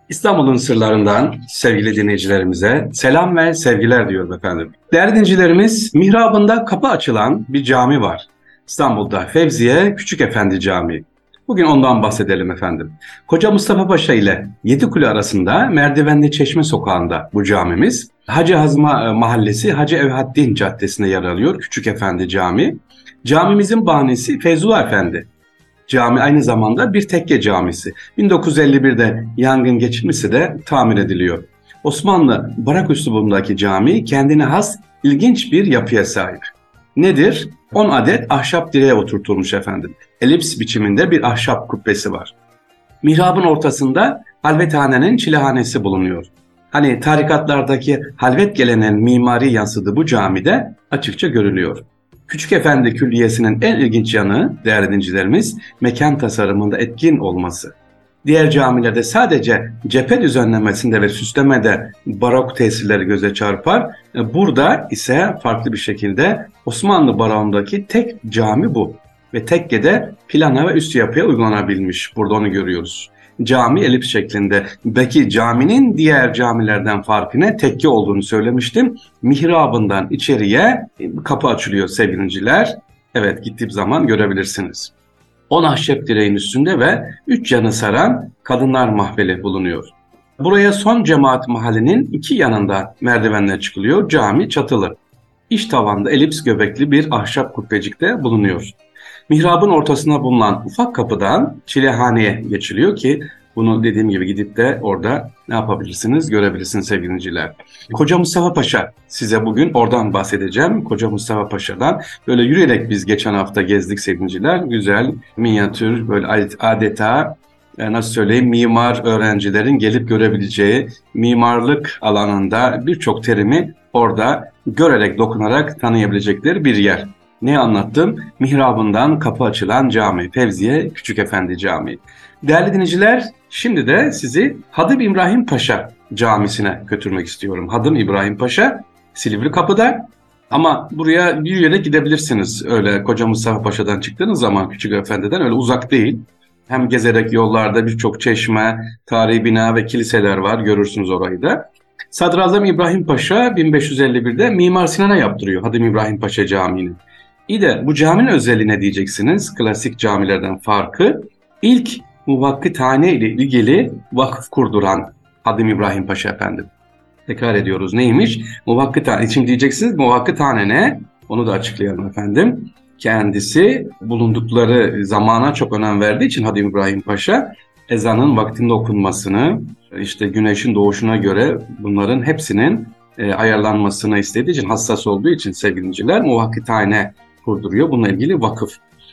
İstanbul'un sırlarından sevgili dinleyicilerimize selam ve sevgiler diyoruz efendim. Değerli dinleyicilerimiz, mihrabında kapı açılan bir cami var. İstanbul'da Fevziye Küçükefendi Camii. Bugün ondan bahsedelim efendim. Koca Mustafa Paşa ile Yedikule arasında Merdivenli Çeşme sokağında bu camimiz. Hacı Hazma Mahallesi Hacı Evhaddin Caddesi'nde yer alıyor Küçükefendi Camii. Camimizin bahanesi Feyzullah Efendi. Cami aynı zamanda bir tekke camisi. 1951'de yangın geçirmesi de tamir ediliyor. Osmanlı barak üslubundaki cami kendine has ilginç bir yapıya sahip. Nedir? 10 adet ahşap direğe oturtulmuş efendim. Elips biçiminde bir ahşap kubbesi var. Mihrabın ortasında halvethanenin çilehanesi bulunuyor. Hani tarikatlardaki halvet geleneğinin mimari yansıdığı bu camide açıkça görülüyor. Küçükefendi Külliyesi'nin en ilginç yanı değerli dinleyicilerimiz mekan tasarımında etkin olması. Diğer camilerde sadece cephe düzenlemesinde ve süslemede barok tesirleri göze çarpar. Burada ise farklı bir şekilde Osmanlı baroğundaki tek cami bu. Ve tekkede plana ve üst yapıya uygulanabilmiş. Burada onu görüyoruz. Cami elips şeklinde. Belki caminin diğer camilerden farkı ne? Tekke olduğunu söylemiştim. Mihrabından içeriye kapı açılıyor sevgili dinleyiciler. Evet, gittiğim zaman görebilirsiniz. 10 ahşap direğin üstünde ve 3 yanı saran kadınlar mahfili bulunuyor. Buraya son cemaat mahallinin 2 yanında merdivenle çıkılıyor. Cami çatılı. İç tavanda elips göbekli bir ahşap kubbecikte bulunuyor. Mihrabın ortasına bulunan ufak kapıdan çilehaneye geçiliyor ki bunu dediğim gibi gidip de orada ne yapabilirsiniz, görebilirsiniz sevgili dinleyiciler. Koca Mustafa Paşa, size bugün oradan bahsedeceğim. Koca Mustafa Paşa'dan böyle yürüyerek biz geçen hafta gezdik sevgili dinleyiciler. Güzel, minyatür, böyle adeta nasıl söyleyeyim, mimar öğrencilerin gelip görebileceği mimarlık alanında birçok terimi orada görerek, dokunarak tanıyabilecekleri bir yer. Ne anlattım? Mihrabından kapı açılan cami, Fevziye Küçükefendi Camii. Değerli dinleyiciler, şimdi de sizi Hadım İbrahim Paşa Camisi'ne götürmek istiyorum. Hadım İbrahim Paşa, Silivri Kapı'da. Ama buraya yürüyerek gidebilirsiniz. Öyle Koca Mustafa Paşa'dan çıktığınız zaman Küçükefendi'den öyle uzak değil. Hem gezerek yollarda birçok çeşme, tarihi bina ve kiliseler var. Görürsünüz orayı da. Sadrazam İbrahim Paşa 1551'de Mimar Sinan'a yaptırıyor Hadım İbrahim Paşa Camii'ni. İyi de bu caminin özelliği ne diyeceksiniz? Klasik camilerden farkı, ilk muvakkıthane ile ilgili vakıf kurduran Hadım İbrahim Paşa efendim. Tekrar ediyoruz, neymiş? Muvakkıthane. Şimdi diyeceksiniz muvakkıthane ne? Onu da açıklayalım efendim. Kendisi bulundukları zamana çok önem verdiği için Hadım İbrahim Paşa ezanın vaktinde okunmasını, işte güneşin doğuşuna göre bunların hepsinin ayarlanmasını istediği için, hassas olduğu için sevgili dinleyiciler muvakkıthane kurduruyor. Bununla ilgili vakıf.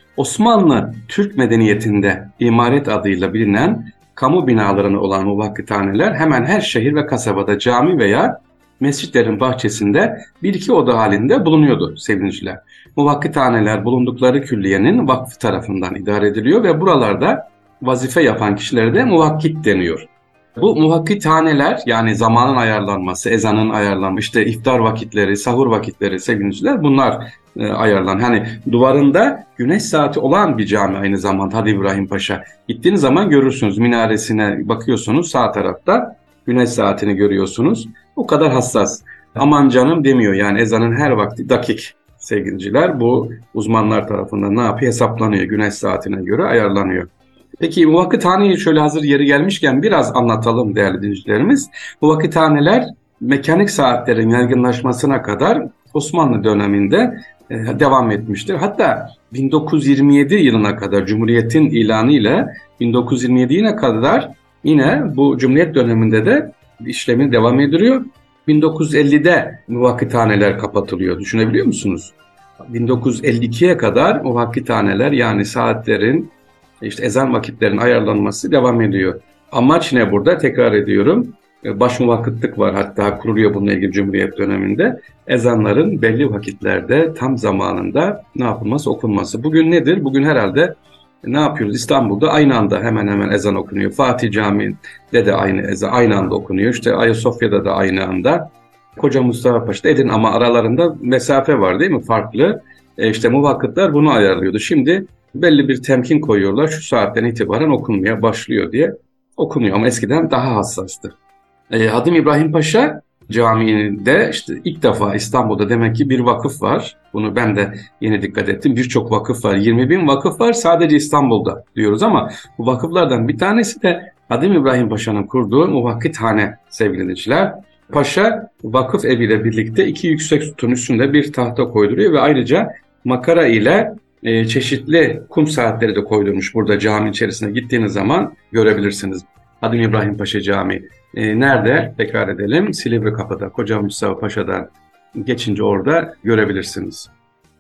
Osmanlı Türk medeniyetinde imaret adıyla bilinen kamu binalarına olan muvakkıthaneler hemen her şehir ve kasabada cami veya mescitlerin bahçesinde bir iki oda halinde bulunuyordu sevgili dinleyiciler. Muvakkıthaneler bulundukları külliyenin vakfı tarafından idare ediliyor ve buralarda vazife yapan kişilere de muvakkit deniyor. Bu muvakkithaneler, yani zamanın ayarlanması, ezanın ayarlanması, işte iftar vakitleri, sahur vakitleri sevgili dinleyiciler, bunlar ayarlan. Hani duvarında güneş saati olan bir cami aynı zamanda Hadım İbrahim Paşa. Gittiğiniz zaman görürsünüz, minaresine bakıyorsunuz, sağ tarafta güneş saatini görüyorsunuz. O kadar hassas. Aman canım demiyor, yani ezanın her vakti dakik sevgili dinleyiciler. Bu uzmanlar tarafından ne yapıyor? Hesaplanıyor, güneş saatine göre ayarlanıyor. Peki bu vakıthaneyi şöyle hazır yeri gelmişken biraz anlatalım değerli dinleyicilerimiz. Bu vakıthaneler mekanik saatlerin yaygınlaşmasına kadar Osmanlı döneminde devam etmiştir. Hatta 1927 yılına kadar Cumhuriyet'in ilanı ile 1927 yılına kadar yine bu Cumhuriyet döneminde de işlemin devam ediyor. 1950'de muvakithaneler kapatılıyor. Düşünebiliyor musunuz? 1952'ye kadar muvakithaneler, yani saatlerin, İşte ezan vakitlerinin ayarlanması devam ediyor. Amaç ne burada? Tekrar ediyorum. Baş muvakkıtlık var, hatta kuruluyor bununla ilgili Cumhuriyet döneminde. Ezanların belli vakitlerde tam zamanında ne yapılması, okunması. Bugün nedir? Bugün herhalde ne yapıyoruz? İstanbul'da aynı anda hemen hemen ezan okunuyor. Fatih Camii'de de aynı ezan aynı anda okunuyor. İşte Ayasofya'da da aynı anda. Koca Mustafa Paşa'da edin ama aralarında mesafe var değil mi? Farklı. İşte muvakkıtlar bunu ayarlıyordu. Şimdi belli bir temkin koyuyorlar. Şu saatten itibaren okunmaya başlıyor diye. okunuyor ama eskiden daha hassastı. Hadim İbrahim Paşa Camii'nde işte ilk defa İstanbul'da demek ki bir vakıf var. Bunu ben de yeni dikkat ettim. Birçok vakıf var. 20 bin vakıf var sadece İstanbul'da diyoruz ama bu vakıflardan bir tanesi de Hadim İbrahim Paşa'nın kurduğu Muvakkithane sevgili dinleyiciler. Paşa vakıf eviyle birlikte 2 yüksek sütun üstünde bir tahta koyduruyor ve ayrıca makara ile çeşitli kum saatleri de koydurmuş. Burada cami içerisine gittiğiniz zaman görebilirsiniz. Hadim İbrahim Paşa Camii. Nerede? Tekrar edelim. Silivri Kapı'da, Koca Mustafa Paşa'dan geçince orada görebilirsiniz.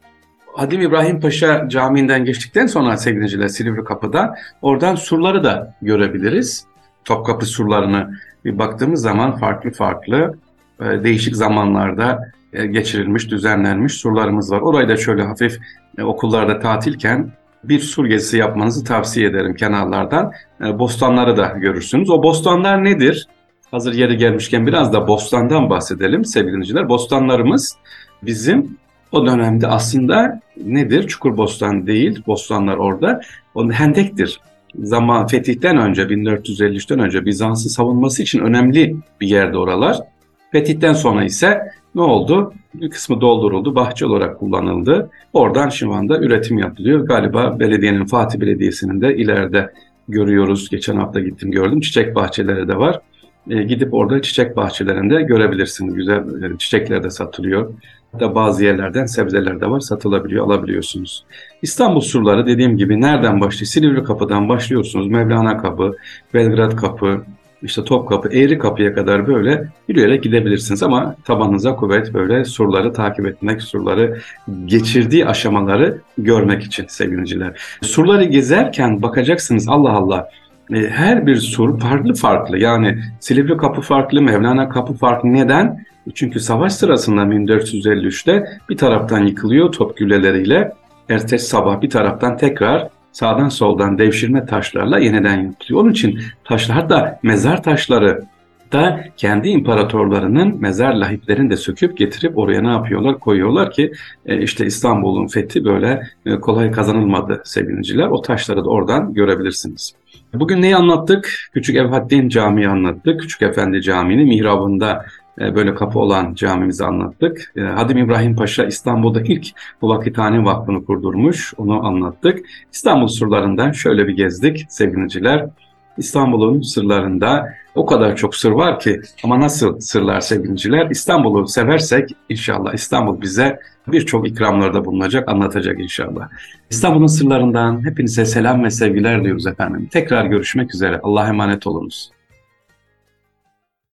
Hadim İbrahim Paşa Camii'nden geçtikten sonra sevgili dinleyiciler Silivri Kapı'da oradan surları da görebiliriz. Topkapı surlarını bir baktığımız zaman farklı farklı değişik zamanlarda geçirilmiş, düzenlenmiş surlarımız var. Orayı da şöyle hafif okullarda tatilken bir sur gezisi yapmanızı tavsiye ederim kenarlardan. Bostanları da görürsünüz. O bostanlar nedir? Hazır yeri gelmişken biraz da bostandan bahsedelim sevgili dinleyiciler. Bostanlarımız bizim o dönemde aslında nedir? Çukurbostan değil, bostanlar orada. O hendektir. Zaman fetihten önce 1453'ten önce Bizans'ı savunması için önemli bir yerde oralar. Fetihten sonra ise ne oldu? Bir kısmı dolduruldu, bahçe olarak kullanıldı. Oradan şu anda üretim yapılıyor. Galiba belediyenin, Fatih Belediyesi'nin de ileride görüyoruz. Geçen hafta gittim gördüm. Çiçek bahçeleri de var. Gidip orada çiçek bahçelerinde görebilirsiniz. Güzel çiçekler de satılıyor. Hatta bazı yerlerden sebzeler de var, satılabiliyor, alabiliyorsunuz. İstanbul surları dediğim gibi nereden başlıyor? Silivri Kapı'dan başlıyorsunuz. Mevlana Kapı, Belgrad Kapı, işte Topkapı, Eğri Kapı'ya kadar böyle yürüyerek gidebilirsiniz ama tabanınıza kuvvet böyle surları takip etmek, surları geçirdiği aşamaları görmek için sevgiliciler. Surları gezerken bakacaksınız Allah Allah. Her bir sur farklı farklı yani Silivri Kapı farklı, Mevlana Kapı farklı. Neden? Çünkü savaş sırasında 1453'te bir taraftan yıkılıyor top gülleleriyle. Ertesi sabah bir taraftan tekrar sağdan soldan devşirme taşlarla yeniden yapılıyor. Onun için taşlar hatta mezar taşları da kendi imparatorlarının mezar lahitlerini de söküp getirip oraya ne yapıyorlar? Koyuyorlar ki işte İstanbul'un fethi böyle kolay kazanılmadı sevgiliciler. O taşları da oradan görebilirsiniz. Bugün neyi anlattık? Küçük Evhaddin Camii'yi anlattık. Küçük Efendi Camii'nin mihrabında böyle kapı olan camimizi anlattık. Hadim İbrahim Paşa İstanbul'da ilk Muvakkithane Vakfı'nı kurdurmuş. Onu anlattık. İstanbul surlarından şöyle bir gezdik sevgiliciler. İstanbul'un sırlarında o kadar çok sır var ki ama nasıl sırlar sevgiliciler? İstanbul'u seversek inşallah İstanbul bize birçok ikramlarda bulunacak, anlatacak inşallah. İstanbul'un sırlarından hepinize selam ve sevgiler diyoruz efendim. Tekrar görüşmek üzere. Allah'a emanet olunuz.